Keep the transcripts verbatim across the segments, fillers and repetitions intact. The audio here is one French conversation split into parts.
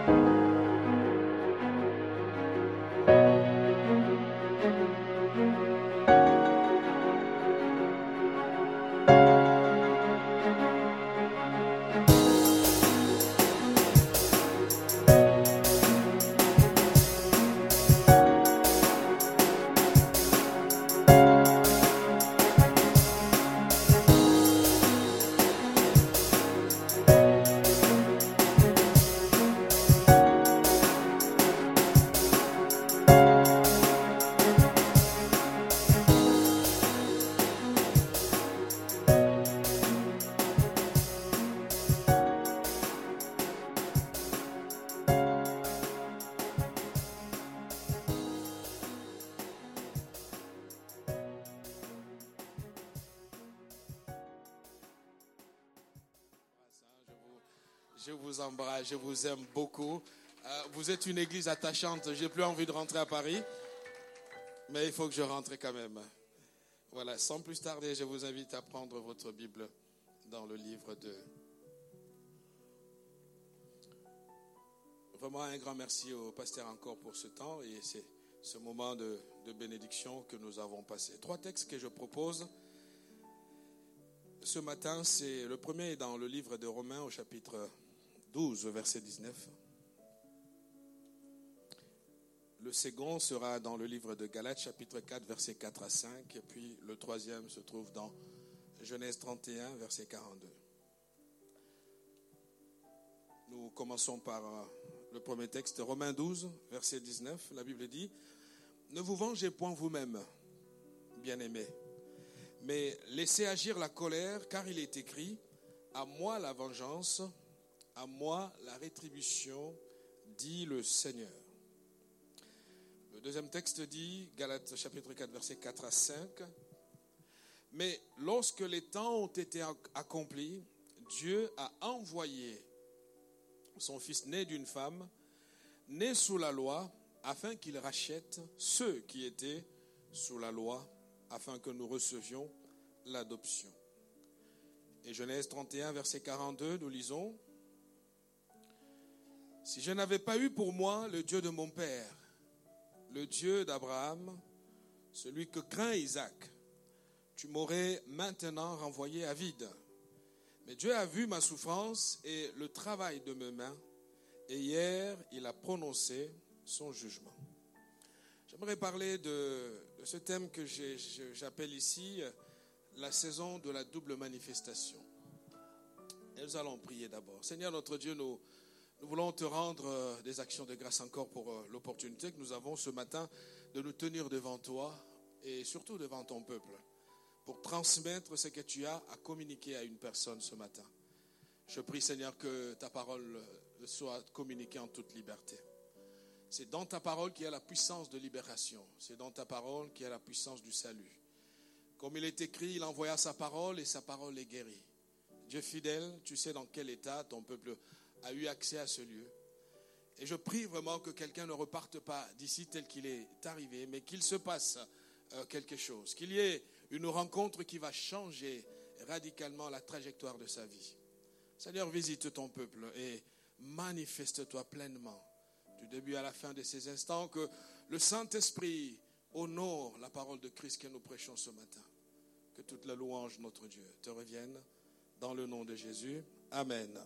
Je vous embrasse, je vous aime beaucoup. Euh, vous êtes une église attachante. J'ai plus envie de rentrer à Paris, mais il faut que je rentre quand même. Voilà, sans plus tarder, je vous invite à prendre votre Bible dans le livre de... Vraiment un grand merci au pasteur encore pour ce temps et c'est ce moment de, de bénédiction que nous avons passé. Trois textes que je propose ce matin, c'est le premier est dans le livre de Romains au chapitre douze, verset dix-neuf. Le second sera dans le livre de Galates, chapitre quatre, versets quatre à cinq. Et puis le troisième se trouve dans Genèse trente et un, verset quarante-deux. Nous commençons par le premier texte, Romains douze, verset dix-neuf. La Bible dit « Ne vous vengez point vous-même, bien-aimés, mais laissez agir la colère, car il est écrit « À moi la vengeance, à moi la rétribution, dit le Seigneur. » Le deuxième texte dit, Galates chapitre quatre, versets quatre à cinq. « Mais lorsque les temps ont été accomplis, Dieu a envoyé son fils né d'une femme, né sous la loi, afin qu'il rachète ceux qui étaient sous la loi, afin que nous recevions l'adoption. » Et Genèse trente et un, verset quarante-deux, nous lisons « Si je n'avais pas eu pour moi le Dieu de mon père, le Dieu d'Abraham, celui que craint Isaac, tu m'aurais maintenant renvoyé à vide. Mais Dieu a vu ma souffrance et le travail de mes mains, et hier il a prononcé son jugement. » J'aimerais parler de, de ce thème que j'ai, j'appelle ici la saison de la double manifestation. Et nous allons prier d'abord. Seigneur notre Dieu, nous, nous voulons te rendre des actions de grâce encore pour l'opportunité que nous avons ce matin de nous tenir devant toi et surtout devant ton peuple pour transmettre ce que tu as à communiquer à une personne ce matin. Je prie Seigneur que ta parole soit communiquée en toute liberté. C'est dans ta parole qu'il y a la puissance de libération. C'est dans ta parole qu'il y a la puissance du salut. Comme il est écrit, il envoya sa parole et sa parole est guérie. Dieu fidèle, tu sais dans quel état ton peuple a eu accès à ce lieu. Et je prie vraiment que quelqu'un ne reparte pas d'ici tel qu'il est arrivé, mais qu'il se passe euh, quelque chose. Qu'il y ait une rencontre qui va changer radicalement la trajectoire de sa vie. Seigneur, visite ton peuple et manifeste-toi pleinement. Du début à la fin de ces instants, que le Saint-Esprit honore la parole de Christ que nous prêchons ce matin. Que toute la louange, notre Dieu, te revienne dans le nom de Jésus. Amen.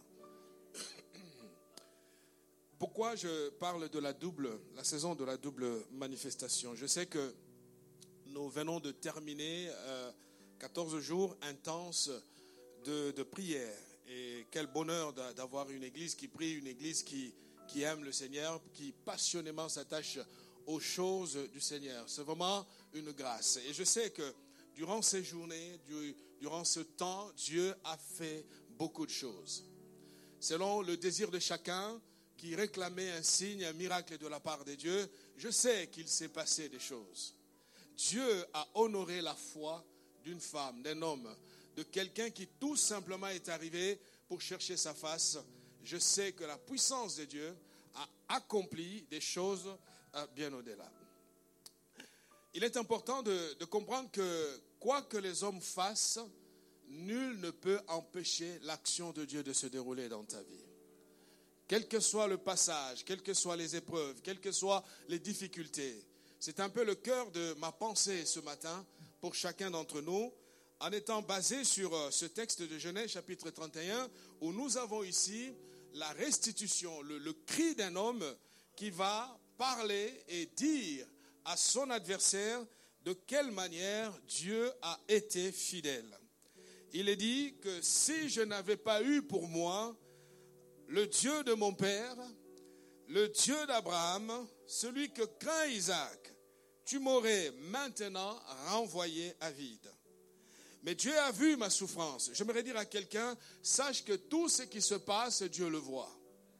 Pourquoi je parle de la double, la saison de la double manifestation? Je sais que nous venons de terminer euh, quatorze jours intenses de, de prière. Et quel bonheur d'avoir une église qui prie, une église qui... qui aime le Seigneur, qui passionnément s'attache aux choses du Seigneur. C'est vraiment une grâce. Et je sais que durant ces journées, durant ce temps, Dieu a fait beaucoup de choses. Selon le désir de chacun qui réclamait un signe, un miracle de la part de Dieu, je sais qu'il s'est passé des choses. Dieu a honoré la foi d'une femme, d'un homme, de quelqu'un qui tout simplement est arrivé pour chercher sa face. Je sais que la puissance de Dieu a accompli des choses bien au-delà. Il est important de, de comprendre que quoi que les hommes fassent, nul ne peut empêcher l'action de Dieu de se dérouler dans ta vie. quel que soit le passage, quelles que soient les épreuves, quelles que soient les difficultés. C'est un peu le cœur de ma pensée ce matin pour chacun d'entre nous, en étant basé sur ce texte de Genèse chapitre trente et un, où nous avons ici la restitution, le, le cri d'un homme qui va parler et dire à son adversaire de quelle manière Dieu a été fidèle. Il est dit que si je n'avais pas eu pour moi le Dieu de mon père, le Dieu d'Abraham, celui que craint Isaac, tu m'aurais maintenant renvoyé à vide. Mais Dieu a vu ma souffrance. J'aimerais dire à quelqu'un, sache que tout ce qui se passe, Dieu le voit.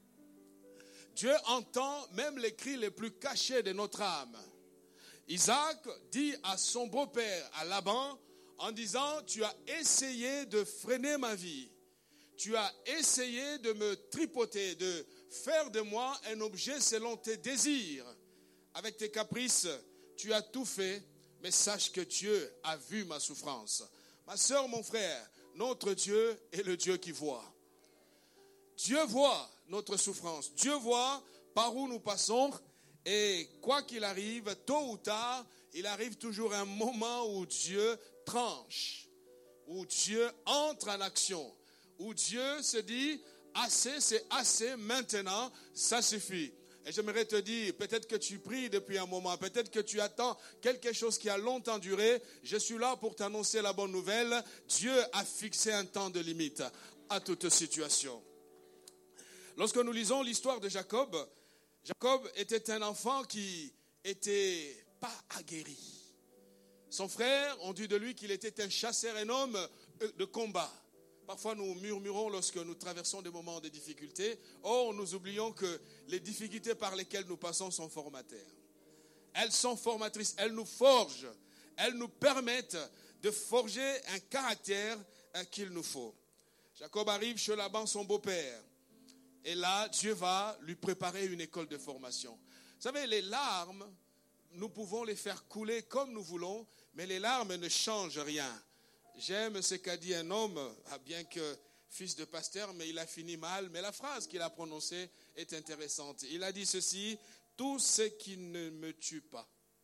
Dieu entend même les cris les plus cachés de notre âme. Isaac dit à son beau-père, à Laban, en disant, tu as essayé de freiner ma vie. Tu as essayé de me tripoter, de faire de moi un objet selon tes désirs. Avec tes caprices, tu as tout fait, mais sache que Dieu a vu ma souffrance. Ma sœur, mon frère, notre Dieu est le Dieu qui voit. Dieu voit notre souffrance. Dieu voit par où nous passons. Et quoi qu'il arrive, tôt ou tard, il arrive toujours un moment où Dieu tranche, où Dieu entre en action, où Dieu se dit, assez, c'est assez, maintenant, ça suffit. Et j'aimerais te dire, peut-être que tu pries depuis un moment, peut-être que tu attends quelque chose qui a longtemps duré. Je suis là pour t'annoncer la bonne nouvelle. Dieu a fixé un temps de limite à toute situation. Lorsque nous lisons l'histoire de Jacob, Jacob était un enfant qui n'était pas aguerri. Son frère, on dit de lui qu'il était un chasseur, un homme de combat. Parfois, nous murmurons lorsque nous traversons des moments de difficulté. Or, nous oublions que les difficultés par lesquelles nous passons sont formatrices. Elles sont formatrices, elles nous forgent, elles nous permettent de forger un caractère qu'il nous faut. Jacob arrive chez Laban, son beau-père. Et là, Dieu va lui préparer une école de formation. Vous savez, les larmes, nous pouvons les faire couler comme nous voulons, mais les larmes ne changent rien. J'aime ce qu'a dit un homme, bien que fils de pasteur, mais il a fini mal. Mais la phrase qu'il a prononcée est intéressante. Il a dit ceci, « Tout ce qui ne me tue pas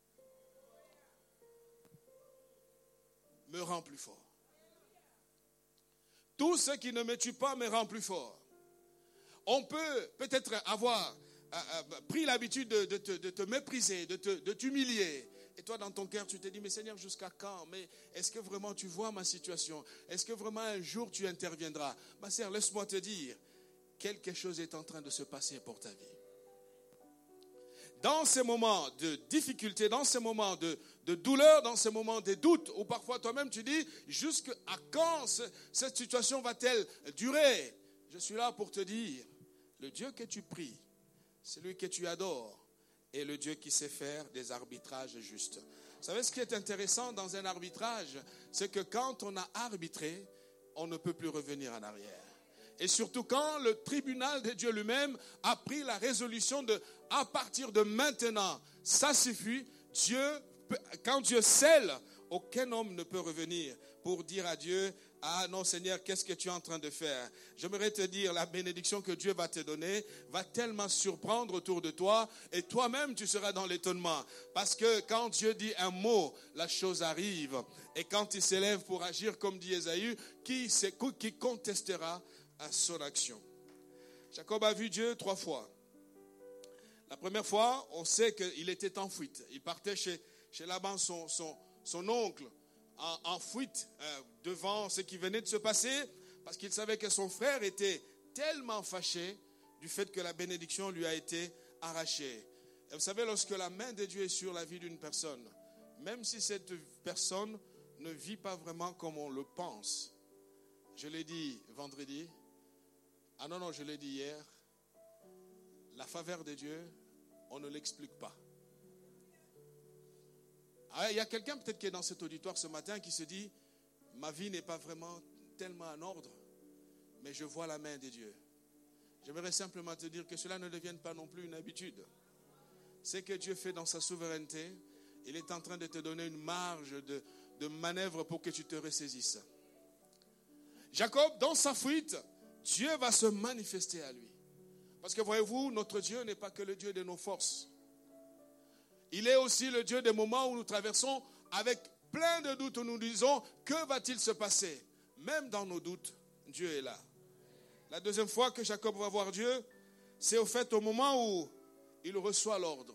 me rend plus fort. Tout ce qui ne me tue pas me rend plus fort. » On peut peut-être avoir euh, euh, pris l'habitude de, de, te, de te mépriser, de, te, de t'humilier. Et toi, dans ton cœur, tu te dis, mais Seigneur, jusqu'à quand? Mais est-ce que vraiment tu vois ma situation? Est-ce que vraiment un jour tu interviendras? Ma sœur, laisse-moi te dire, quelque chose est en train de se passer pour ta vie. Dans ces moments de difficulté, dans ces moments de, de douleur, dans ces moments de doute, où parfois toi-même tu dis, jusqu'à quand ce, cette situation va-t-elle durer? Je suis là pour te dire, le Dieu que tu pries, celui que tu adores, est le Dieu qui sait faire des arbitrages justes. Vous savez ce qui est intéressant dans un arbitrage, c'est que quand on a arbitré, on ne peut plus revenir en arrière. Et surtout quand le tribunal de Dieu lui-même a pris la résolution de, à partir de maintenant, ça suffit. Dieu, quand Dieu scelle, aucun homme ne peut revenir pour dire à Dieu, ah non Seigneur, qu'est-ce que tu es en train de faire? J'aimerais te dire, la bénédiction que Dieu va te donner va tellement surprendre autour de toi et toi-même tu seras dans l'étonnement. Parce que quand Dieu dit un mot, la chose arrive. Et quand il s'élève pour agir comme dit Ésaïe, qui, qui contestera à son action? Jacob a vu Dieu trois fois. La première fois, on sait qu'il était en fuite. Il partait chez, chez Laban, son, son, son oncle, en, en fuite euh, devant ce qui venait de se passer, parce qu'il savait que son frère était tellement fâché du fait que la bénédiction lui a été arrachée. Et vous savez, lorsque la main de Dieu est sur la vie d'une personne, même si cette personne ne vit pas vraiment comme on le pense, je l'ai dit vendredi, ah non, non, je l'ai dit hier, la faveur de Dieu, on ne l'explique pas. Ah, il y a quelqu'un peut-être qui est dans cet auditoire ce matin qui se dit, ma vie n'est pas vraiment tellement en ordre, mais je vois la main de Dieu. J'aimerais simplement te dire que cela ne devienne pas non plus une habitude. Ce que Dieu fait dans sa souveraineté, il est en train de te donner une marge de, de manœuvre pour que tu te ressaisisses. Jacob, dans sa fuite, Dieu va se manifester à lui. Parce que voyez-vous, notre Dieu n'est pas que le Dieu de nos forces. Il est aussi le Dieu des moments où nous traversons avec plein de doutes, où nous disons, que va-t-il se passer? Même dans nos doutes, Dieu est là. La deuxième fois que Jacob va voir Dieu, c'est au fait au moment où il reçoit l'ordre.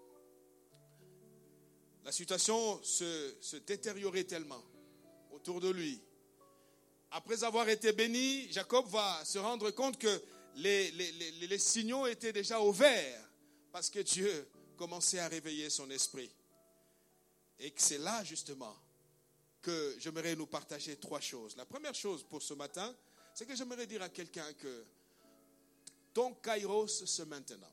La situation se, se détériorait tellement autour de lui. Après avoir été béni, Jacob va se rendre compte que les, les, les, les signaux étaient déjà au vert parce que Dieu commençait à réveiller son esprit. Et que c'est là justement que j'aimerais nous partager trois choses. La première chose pour ce matin, c'est que j'aimerais dire à quelqu'un que ton kairos se maintenant.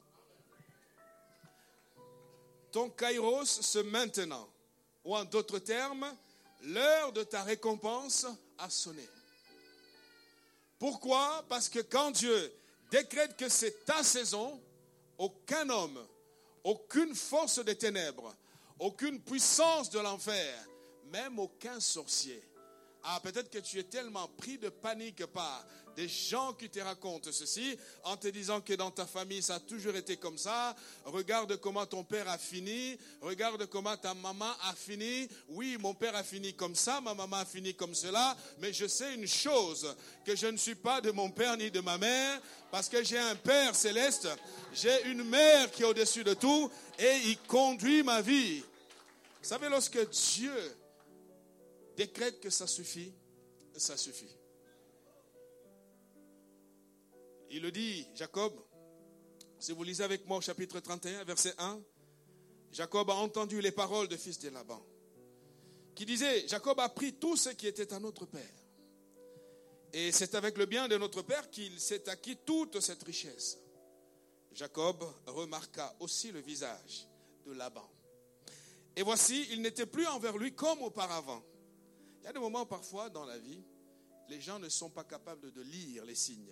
Ton kairos se maintenant. Ou en d'autres termes, l'heure de ta récompense a sonné. Pourquoi? Parce que quand Dieu décrète que c'est ta saison, aucun homme, aucune force des ténèbres, aucune puissance de l'enfer, même aucun sorcier. Ah, peut-être que tu es tellement pris de panique par des gens qui te racontent ceci, en te disant que dans ta famille, ça a toujours été comme ça. Regarde comment ton père a fini. Regarde comment ta maman a fini. Oui, mon père a fini comme ça, ma maman a fini comme cela. Mais je sais une chose, que je ne suis pas de mon père ni de ma mère, parce que j'ai un Père céleste, j'ai une mère qui est au-dessus de tout, et il conduit ma vie. Vous savez, lorsque Dieu décrète que ça suffit, ça suffit. Il le dit, Jacob, si vous lisez avec moi au chapitre trente et un, verset un, Jacob a entendu les paroles du fils de Laban, qui disait, Jacob a pris tout ce qui était à notre père. Et c'est avec le bien de notre père qu'il s'est acquis toute cette richesse. Jacob remarqua aussi le visage de Laban. Et voici, il n'était plus envers lui comme auparavant. Il y a des moments parfois dans la vie, les gens ne sont pas capables de lire les signes.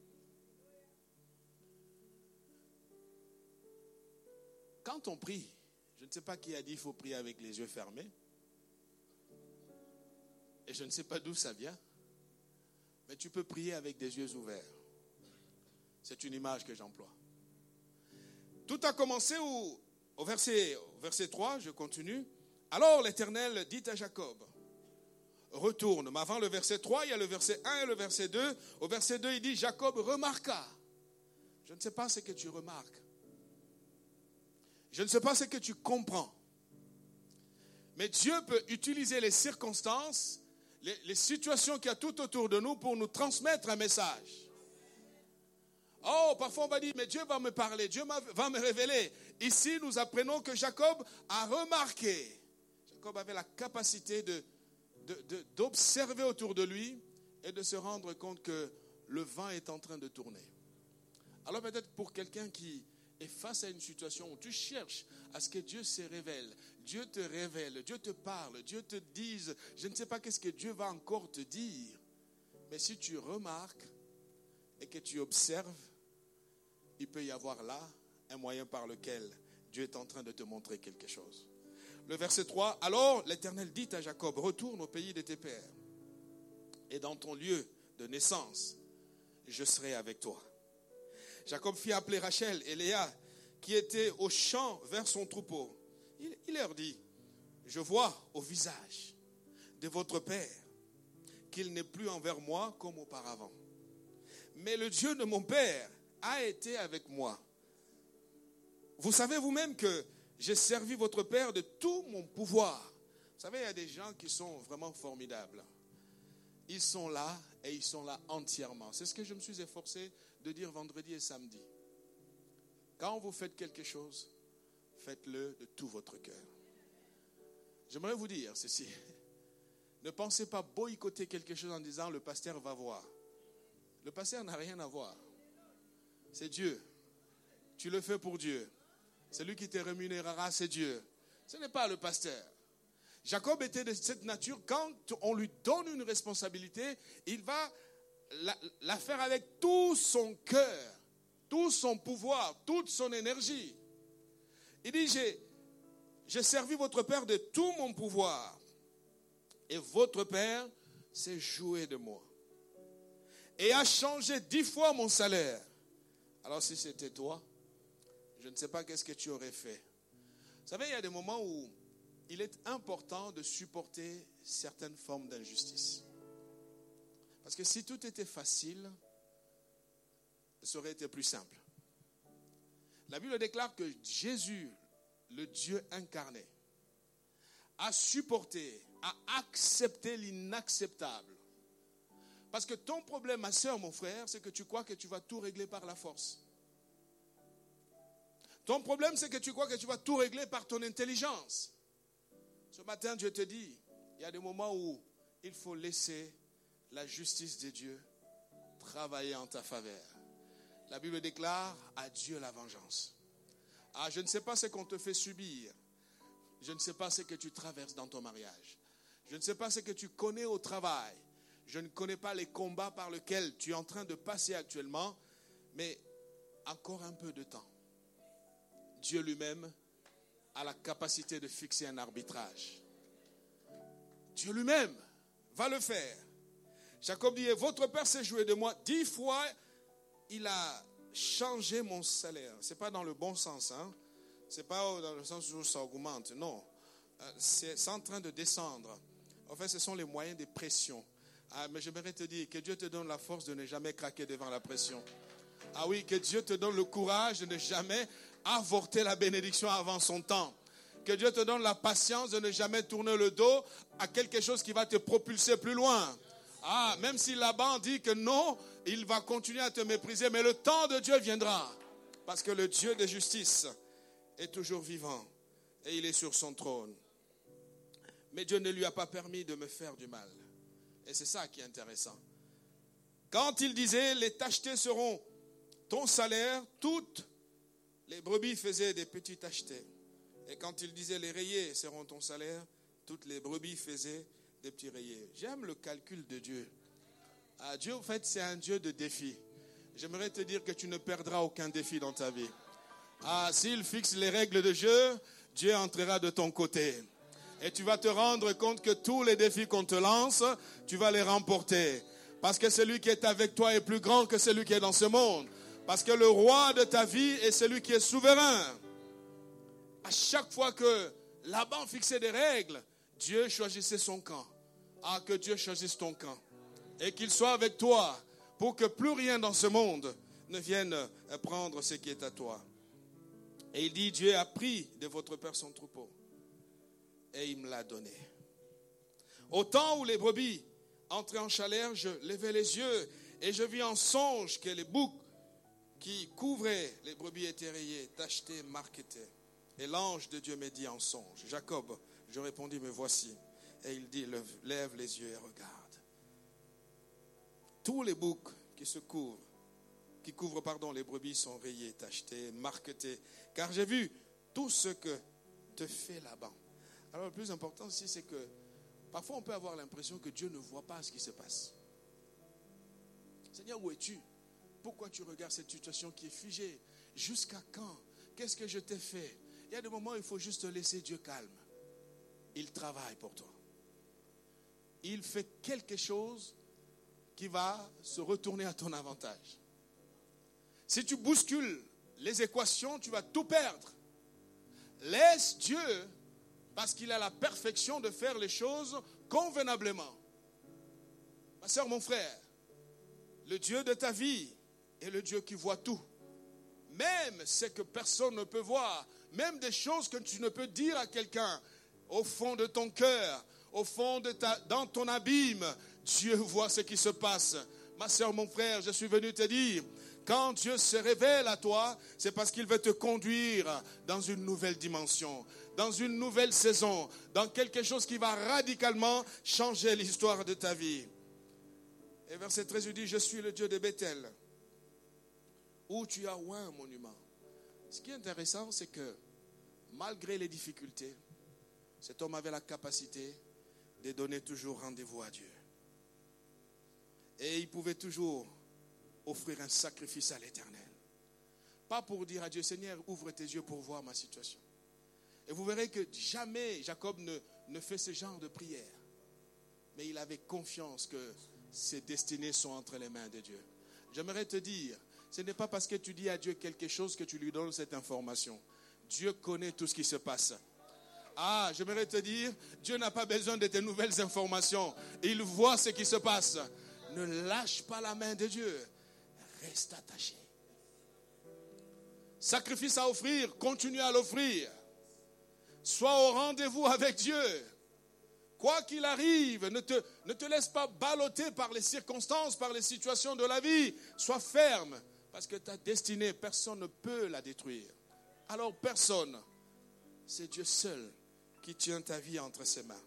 Quand on prie, je ne sais pas qui a dit qu'il faut prier avec les yeux fermés. Et je ne sais pas d'où ça vient. Mais tu peux prier avec des yeux ouverts. C'est une image que j'emploie. Tout a commencé au, au, verset, au verset trois, je continue. Alors l'Éternel dit à Jacob, retourne. Mais avant le verset trois, il y a le verset un et le verset deux. Au verset deux, il dit, Jacob remarqua. Je ne sais pas ce que tu remarques. Je ne sais pas ce que tu comprends. Mais Dieu peut utiliser les circonstances, les, les situations qu'il y a tout autour de nous pour nous transmettre un message. Oh, parfois on va dire, mais Dieu va me parler, Dieu va me révéler. Ici, nous apprenons que Jacob a remarqué. Jacob avait la capacité de, de, de, d'observer autour de lui et de se rendre compte que le vent est en train de tourner. Alors peut-être pour quelqu'un qui est face à une situation où tu cherches à ce que Dieu se révèle, Dieu te révèle, Dieu te parle, Dieu te dise, je ne sais pas qu'est-ce que Dieu va encore te dire, mais si tu remarques et que tu observes, il peut y avoir là un moyen par lequel Dieu est en train de te montrer quelque chose. Le verset trois, alors l'Éternel dit à Jacob, retourne au pays de tes pères et dans ton lieu de naissance, je serai avec toi. Jacob fit appeler Rachel et Léa qui étaient au champ vers son troupeau. Il, il leur dit, je vois au visage de votre père qu'il n'est plus envers moi comme auparavant. Mais le Dieu de mon père a été avec moi. Vous savez vous-même que j'ai servi votre père de tout mon pouvoir. Vous savez, il y a des gens qui sont vraiment formidables. Ils sont là et ils sont là entièrement. C'est ce que je me suis efforcé de dire vendredi et samedi. Quand vous faites quelque chose, faites-le de tout votre cœur. J'aimerais vous dire ceci. Ne pensez pas boycotter quelque chose en disant le pasteur va voir. Le pasteur n'a rien à voir. C'est Dieu. Tu le fais pour Dieu. Celui qui te rémunérera, c'est Dieu. Ce n'est pas le pasteur. Jacob était de cette nature, quand on lui donne une responsabilité, il va la, la faire avec tout son cœur, tout son pouvoir, toute son énergie. Il dit, j'ai, j'ai servi votre père de tout mon pouvoir. Et votre père s'est joué de moi. Et a changé dix fois mon salaire. Alors si c'était toi, je ne sais pas qu'est-ce que tu aurais fait. Vous savez, il y a des moments où il est important de supporter certaines formes d'injustice. Parce que si tout était facile, ça aurait été plus simple. La Bible déclare que Jésus, le Dieu incarné, a supporté, a accepté l'inacceptable. Parce que ton problème, ma soeur, mon frère, c'est que tu crois que tu vas tout régler par la force. Ton problème, c'est que tu crois que tu vas tout régler par ton intelligence. Ce matin, Dieu te dit, il y a des moments où il faut laisser la justice de Dieu travailler en ta faveur. La Bible déclare à Dieu la vengeance. Ah, je ne sais pas ce qu'on te fait subir. Je ne sais pas ce que tu traverses dans ton mariage. Je ne sais pas ce que tu connais au travail. Je ne connais pas les combats par lesquels tu es en train de passer actuellement. Mais encore un peu de temps. Dieu lui-même a la capacité de fixer un arbitrage. Dieu lui-même va le faire. Jacob dit, votre père s'est joué de moi. Dix fois, il a changé mon salaire. Ce n'est pas dans le bon sens. Hein? Ce n'est pas dans le sens où ça augmente. Non. C'est en train de descendre. En fait, ce sont les moyens de pression. Ah, mais j'aimerais te dire que Dieu te donne la force de ne jamais craquer devant la pression. Ah oui, que Dieu te donne le courage de ne jamais avorter la bénédiction avant son temps. Que Dieu te donne la patience de ne jamais tourner le dos à quelque chose qui va te propulser plus loin. Ah, même si Laban dit que non, il va continuer à te mépriser, mais le temps de Dieu viendra. Parce que le Dieu de justice est toujours vivant et il est sur son trône. Mais Dieu ne lui a pas permis de me faire du mal. Et c'est ça qui est intéressant. Quand il disait, les tachetés seront ton salaire, toutes les brebis faisaient des petits tachetés. Et quand il disait, les rayés seront ton salaire, toutes les brebis faisaient des petits rayés. J'aime le calcul de Dieu. Ah, Dieu, en fait, c'est un Dieu de défis. J'aimerais te dire que tu ne perdras aucun défi dans ta vie. Ah, s'il fixe les règles de jeu, Dieu entrera de ton côté. Et tu vas te rendre compte que tous les défis qu'on te lance, tu vas les remporter. Parce que celui qui est avec toi est plus grand que celui qui est dans ce monde. Parce que le roi de ta vie est celui qui est souverain. À chaque fois que Laban fixait des règles, Dieu choisissait son camp. Ah, que Dieu choisisse ton camp. Et qu'il soit avec toi pour que plus rien dans ce monde ne vienne prendre ce qui est à toi. Et il dit, Dieu a pris de votre père son troupeau. Et il me l'a donné. Au temps où les brebis entraient en chaleur, je levai les yeux et je vis en songe que les boucs qui couvraient les brebis étaient rayés, tachetés, marquetés. Et l'ange de Dieu me dit en songe, Jacob, je répondis, me voici. Et il dit, lève, lève les yeux et regarde. Tous les boucs qui se couvrent, qui couvrent pardon, les brebis sont rayés, tachetés, marquetés. Car j'ai vu tout ce que te fait Laban. Alors le plus important aussi, c'est que parfois on peut avoir l'impression que Dieu ne voit pas ce qui se passe. Seigneur, où es-tu? Pourquoi tu regardes cette situation qui est figée? Jusqu'à quand? Qu'est-ce que je t'ai fait? Il y a des moments où il faut juste laisser Dieu calme. Il travaille pour toi. Il fait quelque chose qui va se retourner à ton avantage. Si tu bouscules les équations, tu vas tout perdre. Laisse Dieu, parce qu'il a la perfection de faire les choses convenablement. Ma soeur, mon frère, le Dieu de ta vie est le Dieu qui voit tout. Même ce que personne ne peut voir, même des choses que tu ne peux dire à quelqu'un, au fond de ton cœur, au fond de ta, dans ton abîme, Dieu voit ce qui se passe. Ma soeur, mon frère, je suis venu te dire, quand Dieu se révèle à toi, c'est parce qu'il veut te conduire dans une nouvelle dimension, dans une nouvelle saison, dans quelque chose qui va radicalement changer l'histoire de ta vie. Et verset treize, il dit, je suis le Dieu de Bethel, où tu as oint un monument. Ce qui est intéressant, c'est que malgré les difficultés, cet homme avait la capacité de donner toujours rendez-vous à Dieu. Et il pouvait toujours offrir un sacrifice à l'Éternel. Pas pour dire à Dieu, Seigneur, ouvre tes yeux pour voir ma situation. Et vous verrez que jamais Jacob ne, ne fait ce genre de prière. Mais il avait confiance que ses destinées sont entre les mains de Dieu. J'aimerais te dire Ce n'est pas parce que tu dis à Dieu quelque chose que tu lui donnes cette information. Dieu connaît tout ce qui se passe. Ah, j'aimerais te dire, Dieu n'a pas besoin de tes nouvelles informations. Il voit ce qui se passe. Ne lâche pas la main de Dieu. Reste attaché. Sacrifice à offrir, continue à l'offrir. Sois au rendez-vous avec Dieu. Quoi qu'il arrive, ne te, ne te laisse pas balloter par les circonstances, par les situations de la vie. Sois ferme, parce que ta destinée, personne ne peut la détruire. Alors personne, c'est Dieu seul qui tient ta vie entre ses mains.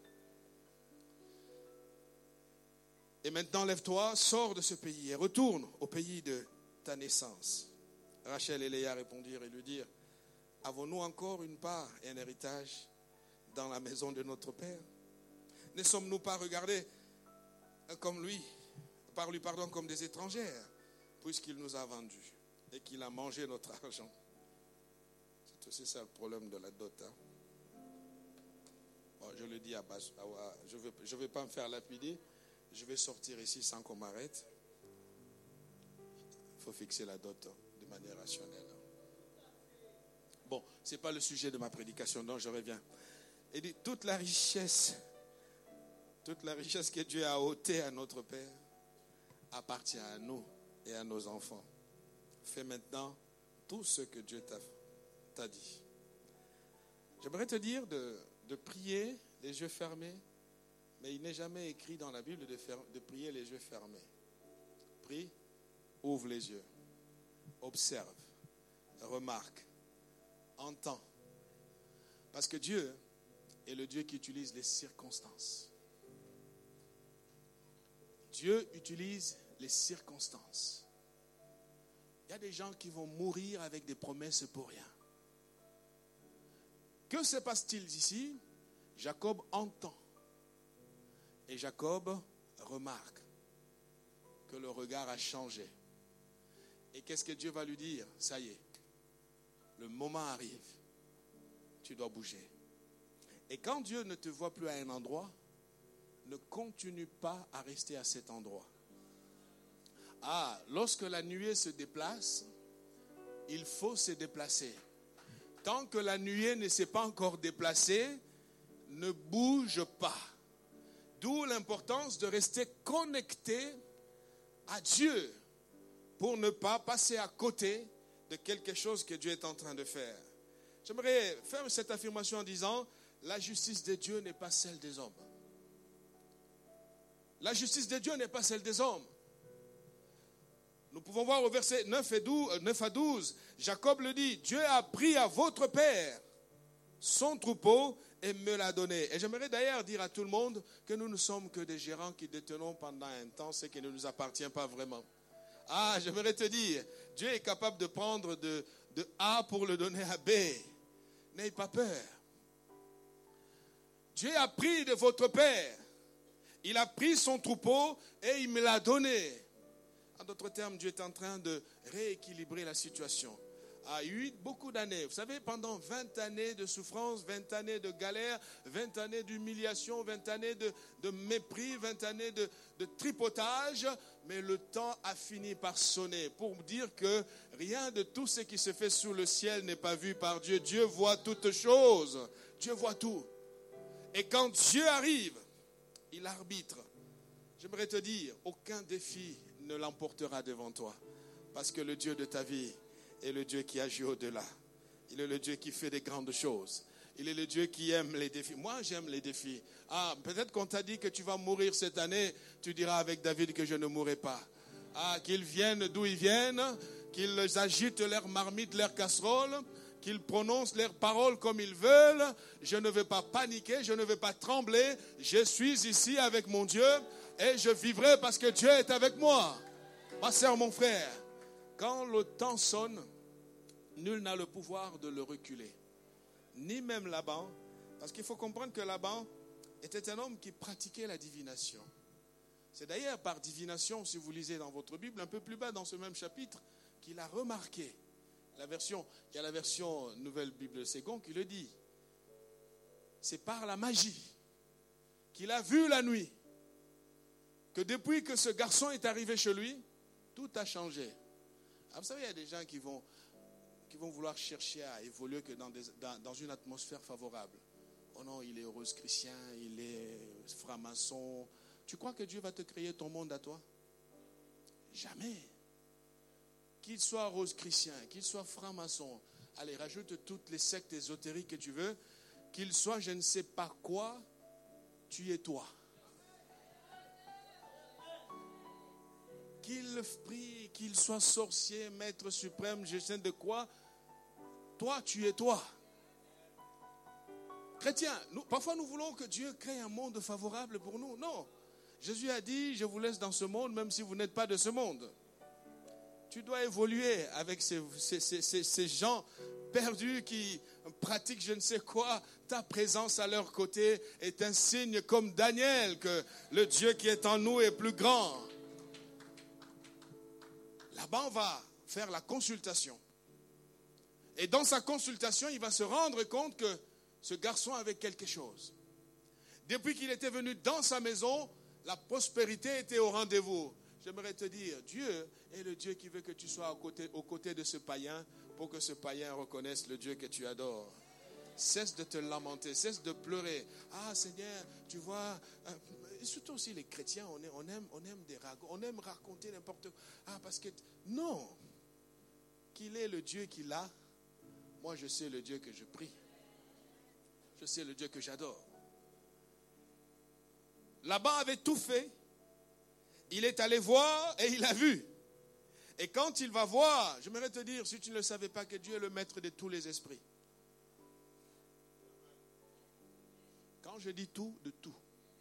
Et maintenant, lève-toi, sors de ce pays et retourne au pays de ta naissance. Rachel et Léa répondirent et lui dirent, avons-nous encore une part et un héritage dans la maison de notre père? Ne sommes-nous pas regardés comme lui, par lui, pardon, comme des étrangères, puisqu'il nous a vendus et qu'il a mangé notre argent? C'est aussi ça le problème de la dot. Hein? Bon, je le dis à bas, je ne vais, je vais pas me faire lapider, je vais sortir ici sans qu'on m'arrête. Il faut fixer la dot de manière rationnelle. Bon, ce n'est pas le sujet de ma prédication, donc je reviens. Il dit, toute la richesse, toute la richesse que Dieu a ôtée à notre Père appartient à nous et à nos enfants. Fais maintenant tout ce que Dieu t'a, t'a dit. J'aimerais te dire de, de prier les yeux fermés, mais il n'est jamais écrit dans la Bible de, faire, de prier les yeux fermés. Prie, ouvre les yeux, observe, remarque, entends. Parce que Dieu est le Dieu qui utilise les circonstances. Dieu utilise les circonstances. Il y a des gens qui vont mourir avec des promesses pour rien. Que se passe-t-il ici? Jacob entend. Et Jacob remarque que le regard a changé. Et qu'est-ce que Dieu va lui dire? Ça y est, le moment arrive. Tu dois bouger. Et quand Dieu ne te voit plus à un endroit, ne continue pas à rester à cet endroit. Ah, lorsque la nuée se déplace, il faut se déplacer. Tant que la nuée ne s'est pas encore déplacée, ne bouge pas. D'où l'importance de rester connecté à Dieu pour ne pas passer à côté de quelque chose que Dieu est en train de faire. J'aimerais faire cette affirmation en disant, la justice de Dieu n'est pas celle des hommes. La justice de Dieu n'est pas celle des hommes. Nous pouvons voir au verset neuf à douze, Jacob le dit, Dieu a pris à votre père son troupeau et me l'a donné. Et j'aimerais d'ailleurs dire à tout le monde que nous ne sommes que des gérants qui détenons pendant un temps ce qui ne nous appartient pas vraiment. Ah, j'aimerais te dire, Dieu est capable de prendre de, de A pour le donner à B. N'ayez pas peur. Dieu a pris de votre père. Il a pris son troupeau et il me l'a donné. En d'autres termes, Dieu est en train de rééquilibrer la situation. Ah, il y a eu beaucoup d'années. Vous savez, pendant vingt années de souffrance, vingt années de galère, vingt années d'humiliation, vingt années de, de mépris, vingt années de, de tripotage. Mais le temps a fini par sonner pour dire que rien de tout ce qui se fait sous le ciel n'est pas vu par Dieu. Dieu voit toutes choses. Dieu voit tout. Et quand Dieu arrive, il arbitre. J'aimerais te dire, aucun défi ne l'emportera devant toi. Parce que le Dieu de ta vie est le Dieu qui agit au-delà. Il est le Dieu qui fait des grandes choses. Il est le Dieu qui aime les défis. Moi, j'aime les défis. Ah, peut-être qu'on t'a dit que tu vas mourir cette année. Tu diras avec David que je ne mourrai pas. Ah, qu'ils viennent d'où ils viennent, qu'ils agitent leurs marmites, leurs casseroles, qu'ils prononcent leurs paroles comme ils veulent. Je ne vais pas paniquer, je ne vais pas trembler. Je suis ici avec mon Dieu et je vivrai parce que Dieu est avec moi. Ma sœur, mon frère, quand le temps sonne, nul n'a le pouvoir de le reculer. Ni même Laban, parce qu'il faut comprendre que Laban était un homme qui pratiquait la divination. C'est d'ailleurs par divination, si vous lisez dans votre Bible, un peu plus bas dans ce même chapitre, qu'il a remarqué. La version, il y a la version Nouvelle Bible Second qui le dit. C'est par la magie qu'il a vu la nuit que depuis que ce garçon est arrivé chez lui, tout a changé. Ah, vous savez, il y a des gens qui vont, qui vont vouloir chercher à évoluer que dans, des, dans, dans une atmosphère favorable. Oh non, il est rose chrétien, il est franc-maçon. Tu crois que Dieu va te créer ton monde à toi? Jamais. Qu'il soit rose chrétien, qu'il soit franc-maçon, allez, rajoute toutes les sectes ésotériques que tu veux, qu'il soit je ne sais pas quoi, tu es toi. Qu'il prie, qu'il soit sorcier, maître suprême, je sais de quoi, toi, tu es toi. Chrétiens, nous, parfois nous voulons que Dieu crée un monde favorable pour nous. Non. Jésus a dit, je vous laisse dans ce monde, même si vous n'êtes pas de ce monde. Tu dois évoluer avec ces, ces, ces, ces gens perdus qui pratiquent je ne sais quoi. Ta présence à leur côté est un signe comme Daniel que le Dieu qui est en nous est plus grand. Là-bas, on va faire la consultation. Et dans sa consultation, il va se rendre compte que ce garçon avait quelque chose. Depuis qu'il était venu dans sa maison, la prospérité était au rendez-vous. J'aimerais te dire, Dieu est le Dieu qui veut que tu sois aux côtés, aux côtés de ce païen pour que ce païen reconnaisse le Dieu que tu adores. Cesse de te lamenter, cesse de pleurer. Ah Seigneur, tu vois, euh, et surtout aussi les chrétiens, on, est, on, aime, on aime des ragots, on aime raconter n'importe quoi. Ah parce que, non, qu'il est le Dieu qu'il a, moi je sais le Dieu que je prie. Je sais le Dieu que j'adore. Laban avait tout fait. Il est allé voir et il a vu. Et quand il va voir, j'aimerais te dire, si tu ne le savais pas, que Dieu est le maître de tous les esprits. Quand je dis tout, de tout.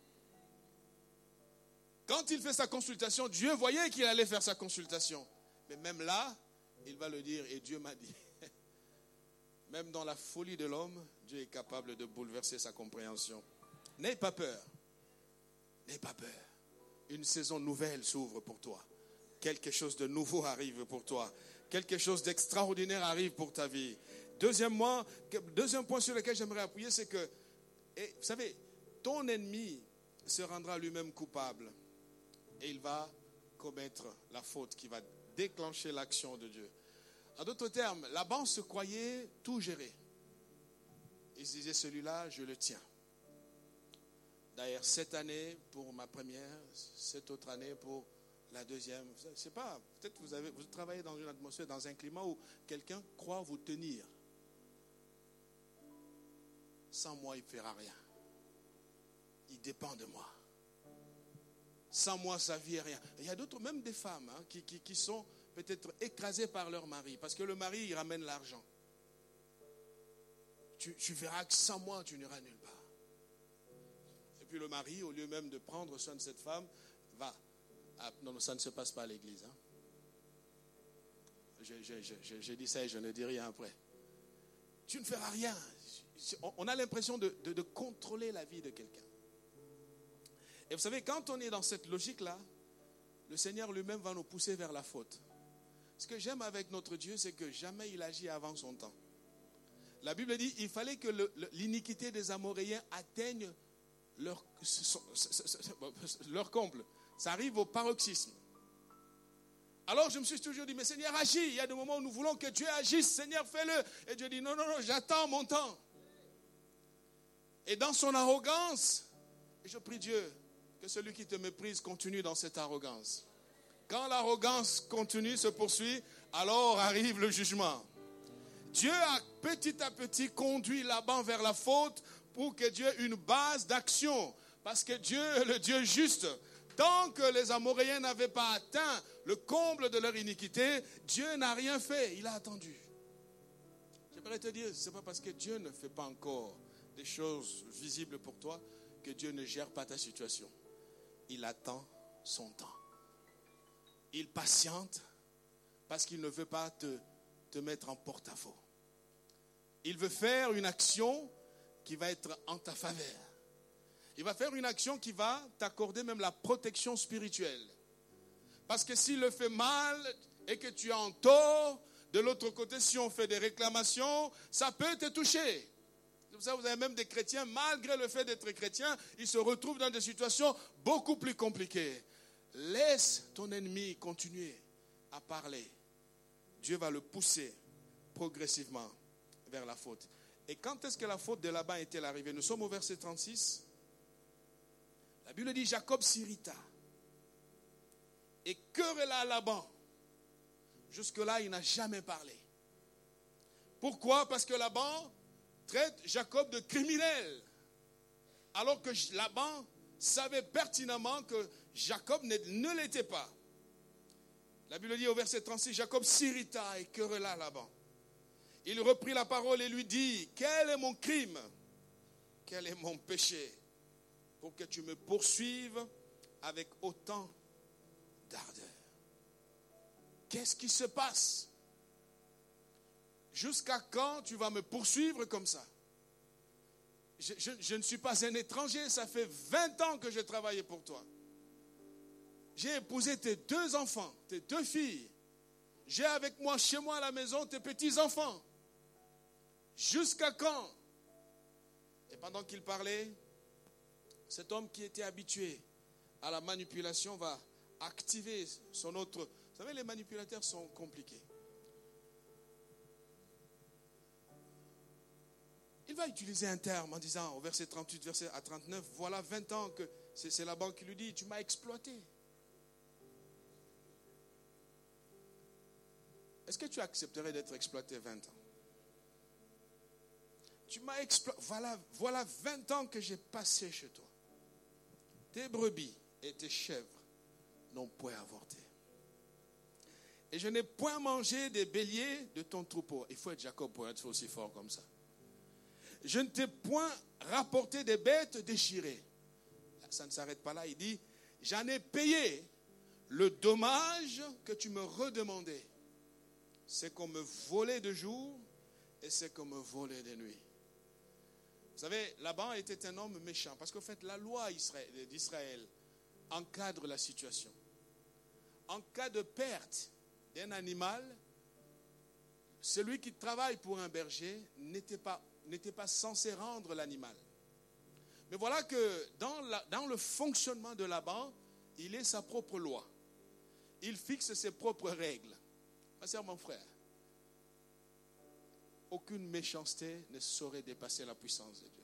Quand il fait sa consultation, Dieu voyait qu'il allait faire sa consultation. Mais même là, il va le dire, et Dieu m'a dit. Même dans la folie de l'homme, Dieu est capable de bouleverser sa compréhension. N'aie pas peur. N'aie pas peur. Une saison nouvelle s'ouvre pour toi. Quelque chose de nouveau arrive pour toi. Quelque chose d'extraordinaire arrive pour ta vie. Deuxièmement, deuxième point sur lequel j'aimerais appuyer, c'est que, et vous savez, ton ennemi se rendra lui-même coupable. Et il va commettre la faute qui va déclencher l'action de Dieu. En d'autres termes, Laban se croyait tout gérer. Il se disait, celui-là, je le tiens. D'ailleurs, cette année pour ma première, cette autre année pour la deuxième. Je ne sais pas, peut-être que vous, avez, vous travaillez dans une atmosphère, dans un climat où quelqu'un croit vous tenir. Sans moi, il ne fera rien. Il dépend de moi. Sans moi, sa vie est rien. Il y a d'autres, même des femmes, hein, qui, qui, qui sont peut-être écrasées par leur mari. Parce que le mari, il ramène l'argent. Tu, tu verras que sans moi, tu n'iras nulle part. Et puis le mari, au lieu même de prendre soin de cette femme, va. Ah, non, ça ne se passe pas à l'église. Hein. Je, je, je, je, je dis ça et je ne dis rien après. Tu ne feras rien. On a l'impression de, de, de contrôler la vie de quelqu'un. Et vous savez, quand on est dans cette logique-là, le Seigneur lui-même va nous pousser vers la faute. Ce que j'aime avec notre Dieu, c'est que jamais il agit avant son temps. La Bible dit qu'il fallait que le, le, l'iniquité des Amoréens atteigne leur, leur comble. Ça arrive au paroxysme. Alors je me suis toujours dit, mais Seigneur, agis. Il y a des moments où nous voulons que Dieu agisse. Seigneur, fais-le. Et Dieu dit, non, non, non, j'attends mon temps. Et dans son arrogance, je prie Dieu que celui qui te méprise continue dans cette arrogance. Quand l'arrogance continue, se poursuit, alors arrive le jugement. Dieu a petit à petit conduit Laban vers la faute pour que Dieu ait une base d'action. Parce que Dieu est le Dieu juste. Tant que les Amoréens n'avaient pas atteint le comble de leur iniquité, Dieu n'a rien fait. Il a attendu. J'aimerais te dire, ce n'est pas parce que Dieu ne fait pas encore des choses visibles pour toi que Dieu ne gère pas ta situation. Il attend son temps. Il patiente parce qu'il ne veut pas te, te mettre en porte-à-faux. Il veut faire une action qui va être en ta faveur. Il va faire une action qui va t'accorder même la protection spirituelle. Parce que s'il le fait mal et que tu es en tort, de l'autre côté, si on fait des réclamations, ça peut te toucher. C'est pour ça que vous avez même des chrétiens, malgré le fait d'être chrétiens, ils se retrouvent dans des situations beaucoup plus compliquées. Laisse ton ennemi continuer à parler. Dieu va le pousser progressivement vers la faute. Et quand est-ce que la faute de Laban est-elle arrivée? Nous sommes au verset trente-six. La Bible dit, Jacob s'irrita et querella Laban. Jusque-là, il n'a jamais parlé. Pourquoi? Parce que Laban traite Jacob de criminel. Alors que Laban savait pertinemment que Jacob ne, ne l'était pas. La Bible dit au verset trente-six, Jacob s'irrita et querella Laban. Il reprit la parole et lui dit, quel est mon crime? Quel est mon péché? Pour que tu me poursuives avec autant d'ardeur. Qu'est-ce qui se passe? Jusqu'à quand tu vas me poursuivre comme ça? Je, je, je ne suis pas un étranger, ça fait vingt ans que je travaillais pour toi. J'ai épousé tes deux enfants, tes deux filles. J'ai avec moi, chez moi à la maison, tes petits-enfants. Jusqu'à quand? Et pendant qu'il parlait, cet homme qui était habitué à la manipulation va activer son autre... Vous savez, les manipulateurs sont compliqués. Il va utiliser un terme en disant, au verset trente-huit, verset à trente-neuf, voilà vingt ans que c'est, c'est Laban qui lui dit, tu m'as exploité. Est-ce que tu accepterais d'être exploité vingt ans? Tu m'as exploité. Voilà, voilà vingt ans que j'ai passé chez toi. Tes brebis et tes chèvres n'ont point avorté. Et je n'ai point mangé des béliers de ton troupeau. Il faut être Jacob pour être aussi fort comme ça. Je ne t'ai point rapporté des bêtes déchirées. Ça ne s'arrête pas là. Il dit, j'en ai payé le dommage que tu me redemandais. C'est qu'on me volait de jour et c'est qu'on me volait de nuit. Vous savez, Laban était un homme méchant parce qu'en fait, la loi d'Israël encadre la situation. En cas de perte d'un animal, celui qui travaille pour un berger n'était pas, n'était pas censé rendre l'animal. Mais voilà que dans, la, dans le fonctionnement de Laban, il est sa propre loi. Il fixe ses propres règles. Ma sœur, mon frère, aucune méchanceté ne saurait dépasser la puissance de Dieu.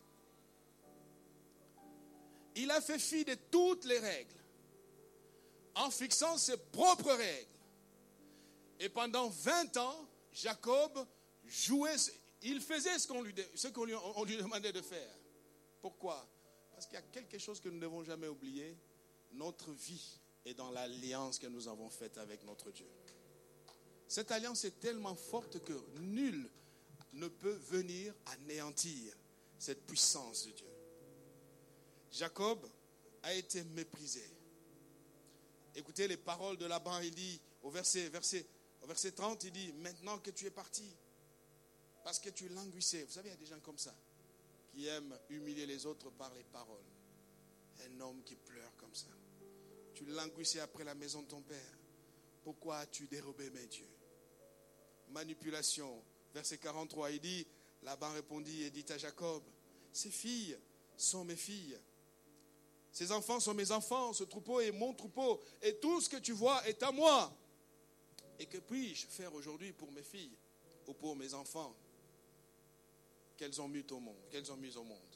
Il a fait fi de toutes les règles en fixant ses propres règles. Et pendant vingt ans, Jacob jouait, il faisait ce qu'on lui, ce qu'on lui, on lui demandait de faire. Pourquoi? Parce qu'il y a quelque chose que nous ne devons jamais oublier. Notre vie est dans l'alliance que nous avons faite avec notre Dieu. Cette alliance est tellement forte que nul ne peut venir anéantir cette puissance de Dieu. Jacob a été méprisé. Écoutez les paroles de Laban, il dit au verset, verset, au verset trente, il dit, maintenant que tu es parti, parce que tu languissais. Vous savez, il y a des gens comme ça, qui aiment humilier les autres par les paroles. Un homme qui pleure comme ça. Tu languissais après la maison de ton père. Pourquoi as-tu dérobé mes dieux? Manipulation. Verset quarante-trois, il dit, Laban répondit et dit à Jacob, ces filles sont mes filles. Ces enfants sont mes enfants, ce troupeau est mon troupeau, et tout ce que tu vois est à moi. Et que puis-je faire aujourd'hui pour mes filles ou pour mes enfants qu'elles ont mis au monde, qu'elles ont mis au monde?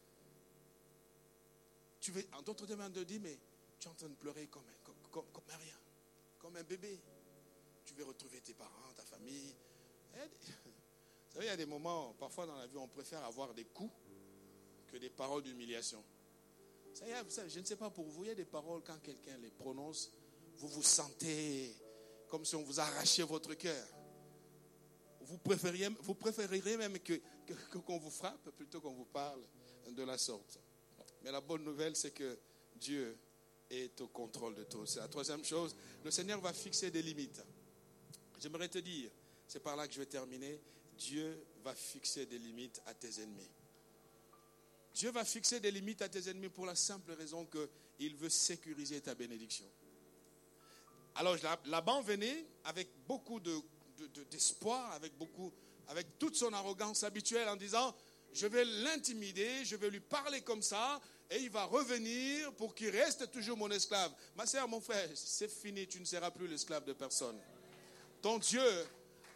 Tu veux, en d'autres termes, de dire, mais tu es en train de pleurer comme un, comme, comme, comme un rien, comme un bébé. Tu veux retrouver tes parents, ta famille. Vous savez, il y a des moments, parfois dans la vie, on préfère avoir des coups que des paroles d'humiliation. Ça y est, je ne sais pas pour vous, il y a des paroles, quand quelqu'un les prononce, vous vous sentez comme si on vous arrachait votre cœur. Vous préfériez, vous préféreriez même que, que, que, qu'on vous frappe plutôt qu'on vous parle de la sorte. Mais la bonne nouvelle, c'est que Dieu est au contrôle de tout. C'est la troisième chose. Le Seigneur va fixer des limites. J'aimerais te dire, c'est par là que je vais terminer, Dieu va fixer des limites à tes ennemis. Dieu va fixer des limites à tes ennemis pour la simple raison qu'il veut sécuriser ta bénédiction. Alors Laban venait avec beaucoup de, de, de, d'espoir, avec, beaucoup, avec toute son arrogance habituelle en disant, je vais l'intimider, je vais lui parler comme ça, et il va revenir pour qu'il reste toujours mon esclave. Ma sœur, mon frère, c'est fini, tu ne seras plus l'esclave de personne. Ton Dieu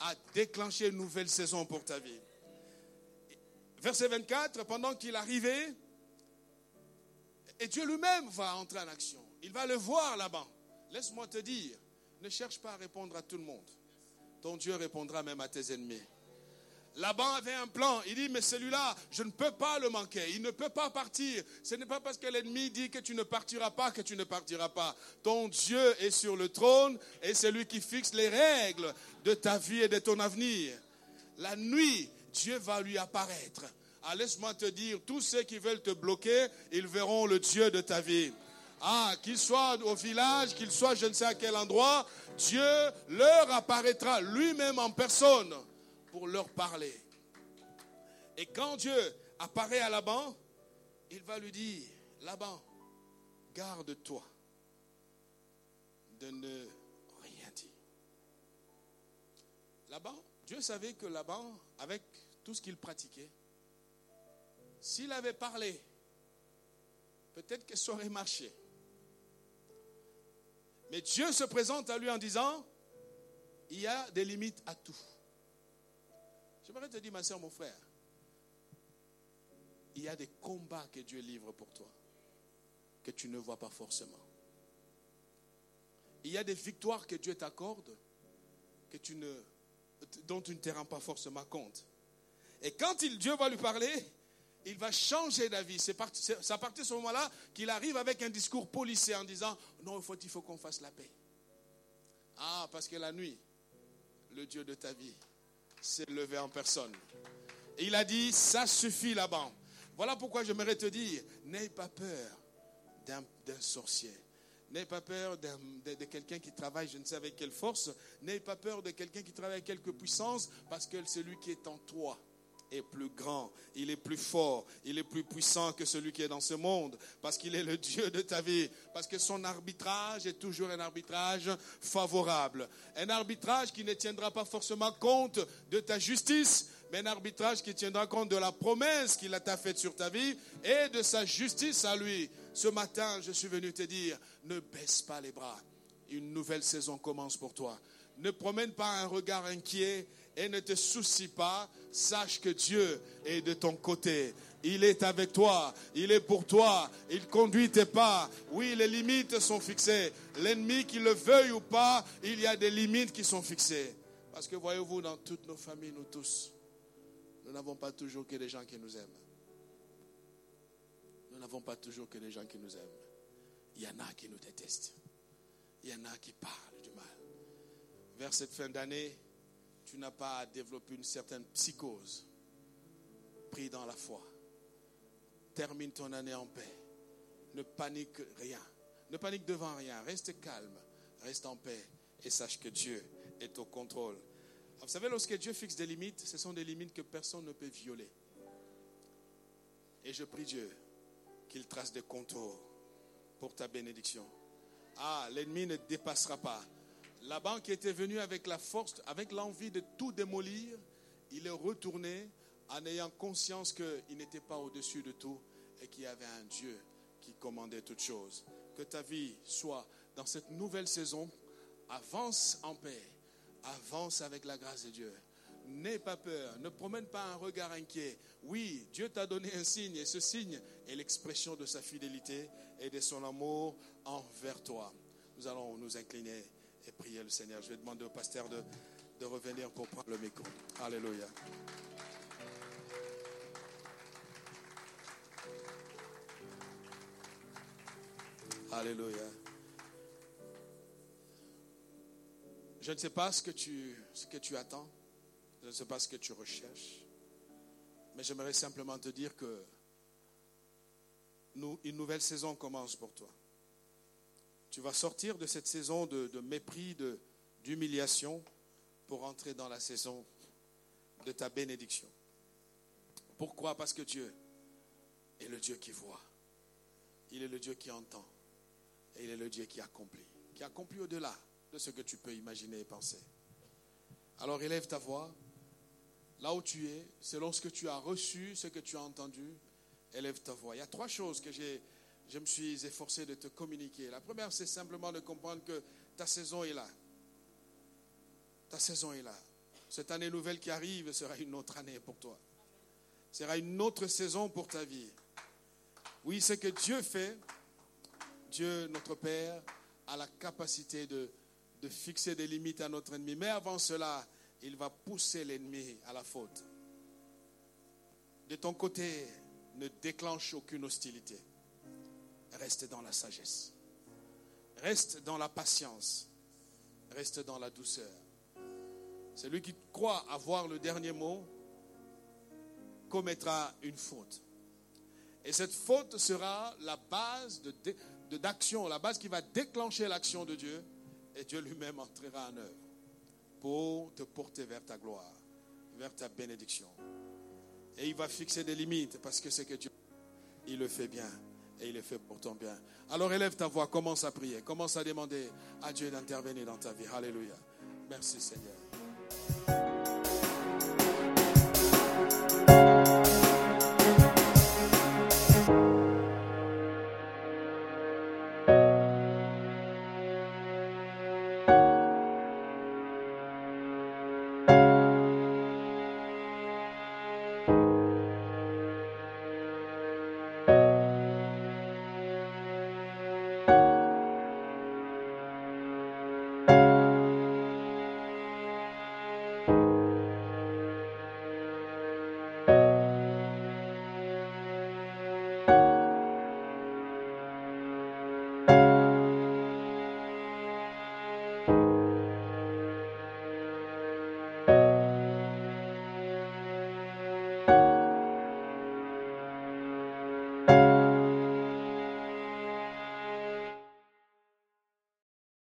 à déclencher une nouvelle saison pour ta vie. Verset vingt-quatre, pendant qu'il arrivait, et Dieu lui-même va entrer en action. Il va le voir là-bas. Laisse-moi te dire, ne cherche pas à répondre à tout le monde. Ton Dieu répondra même à tes ennemis. Laban avait un plan. Il dit, mais celui-là, je ne peux pas le manquer. Il ne peut pas partir. Ce n'est pas parce que l'ennemi dit que tu ne partiras pas que tu ne partiras pas. Ton Dieu est sur le trône et c'est lui qui fixe les règles de ta vie et de ton avenir. La nuit, Dieu va lui apparaître. Ah, laisse-moi te dire, tous ceux qui veulent te bloquer, ils verront le Dieu de ta vie. Ah, qu'il soit au village, qu'il soit je ne sais à quel endroit, Dieu leur apparaîtra lui-même en personne pour leur parler. Et quand Dieu apparaît à Laban, il va lui dire, Laban, garde-toi de ne rien dire. Laban, Dieu savait que Laban, avec tout ce qu'il pratiquait, s'il avait parlé, peut-être que ça aurait marché. Mais Dieu se présente à lui en disant, il y a des limites à tout. J'aimerais te dire, ma soeur, mon frère, il y a des combats que Dieu livre pour toi, que tu ne vois pas forcément. Il y a des victoires que Dieu t'accorde, que tu ne, dont tu ne te rends pas forcément compte. Et quand il, Dieu va lui parler, il va changer d'avis. C'est, parti, c'est à partir de ce moment-là qu'il arrive avec un discours policé en disant, non, il faut, il faut qu'on fasse la paix. Ah, parce que la nuit, le Dieu de ta vie s'est levé en personne. Et il a dit, ça suffit là-bas. Voilà pourquoi j'aimerais te dire, n'aie pas peur d'un, d'un sorcier. N'aie pas peur d'un, de, de quelqu'un qui travaille je ne sais avec quelle force. N'aie pas peur de quelqu'un qui travaille avec quelque puissance, parce que celui qui est en toi est plus grand, il est plus fort, il est plus puissant que celui qui est dans ce monde, parce qu'il est le Dieu de ta vie, parce que son arbitrage est toujours un arbitrage favorable, un arbitrage qui ne tiendra pas forcément compte de ta justice, mais un arbitrage qui tiendra compte de la promesse qu'il t'a faite sur ta vie et de sa justice à lui. Ce matin, je suis venu te dire, ne baisse pas les bras, une nouvelle saison commence pour toi. Ne promène pas un regard inquiet et ne te soucie pas. Sache que Dieu est de ton côté. Il est avec toi. Il est pour toi. Il conduit tes pas. Oui, les limites sont fixées. L'ennemi, qu'il le veuille ou pas, il y a des limites qui sont fixées. Parce que voyez-vous, dans toutes nos familles, nous tous, nous n'avons pas toujours que des gens qui nous aiment. Nous n'avons pas toujours que des gens qui nous aiment. Il y en a qui nous détestent. Il y en a qui parlent du mal. Vers cette fin d'année, tu n'as pas à développer une certaine psychose. Prie dans la foi. Termine ton année en paix. Ne panique rien. Ne panique devant rien. Reste calme. Reste en paix. Et sache que Dieu est au contrôle. Vous savez, lorsque Dieu fixe des limites, ce sont des limites que personne ne peut violer. Et je prie Dieu qu'il trace des contours pour ta bénédiction. Ah, l'ennemi ne dépassera pas. Laban qui était venu avec la force, avec l'envie de tout démolir, il est retourné en ayant conscience qu'il n'était pas au-dessus de tout et qu'il y avait un Dieu qui commandait toutes choses. Que ta vie soit dans cette nouvelle saison, avance en paix, avance avec la grâce de Dieu. N'aie pas peur, ne promène pas un regard inquiet. Oui, Dieu t'a donné un signe et ce signe est l'expression de sa fidélité et de son amour envers toi. Nous allons nous incliner et prier le Seigneur. Je vais demander au pasteur de, de revenir pour prendre le micro. Alléluia. Alléluia. Je ne sais pas ce que tu, ce que tu attends. Je ne sais pas ce que tu recherches. Mais j'aimerais simplement te dire que nous, une nouvelle saison commence pour toi. Tu vas sortir de cette saison de, de mépris, de, d'humiliation pour entrer dans la saison de ta bénédiction. Pourquoi? Parce que Dieu est le Dieu qui voit. Il est le Dieu qui entend. Et il est le Dieu qui accomplit. Qui accomplit au-delà de ce que tu peux imaginer et penser. Alors élève ta voix. Là où tu es, selon ce que tu as reçu, ce que tu as entendu, élève ta voix. Il y a trois choses que j'ai... Je me suis efforcé de te communiquer. La première, c'est simplement de comprendre que ta saison est là. Ta saison est là. Cette année nouvelle qui arrive sera une autre année pour toi. Sera une autre saison pour ta vie. Oui, ce que Dieu fait, Dieu, notre Père, a la capacité de, de fixer des limites à notre ennemi. Mais avant cela, il va pousser l'ennemi à la faute. De ton côté, ne déclenche aucune hostilité. Reste dans la sagesse. Reste dans la patience. Reste dans la douceur. Celui qui croit avoir le dernier mot commettra une faute. Et cette faute sera la base de, de, d'action, la base qui va déclencher l'action de Dieu. Et Dieu lui-même entrera en œuvre pour te porter vers ta gloire, vers ta bénédiction. Et il va fixer des limites parce que c'est que Dieu, il le fait bien et il le fait pour ton bien. Alors élève ta voix, commence à prier, commence à demander à Dieu d'intervenir dans ta vie. Alléluia. Merci Seigneur.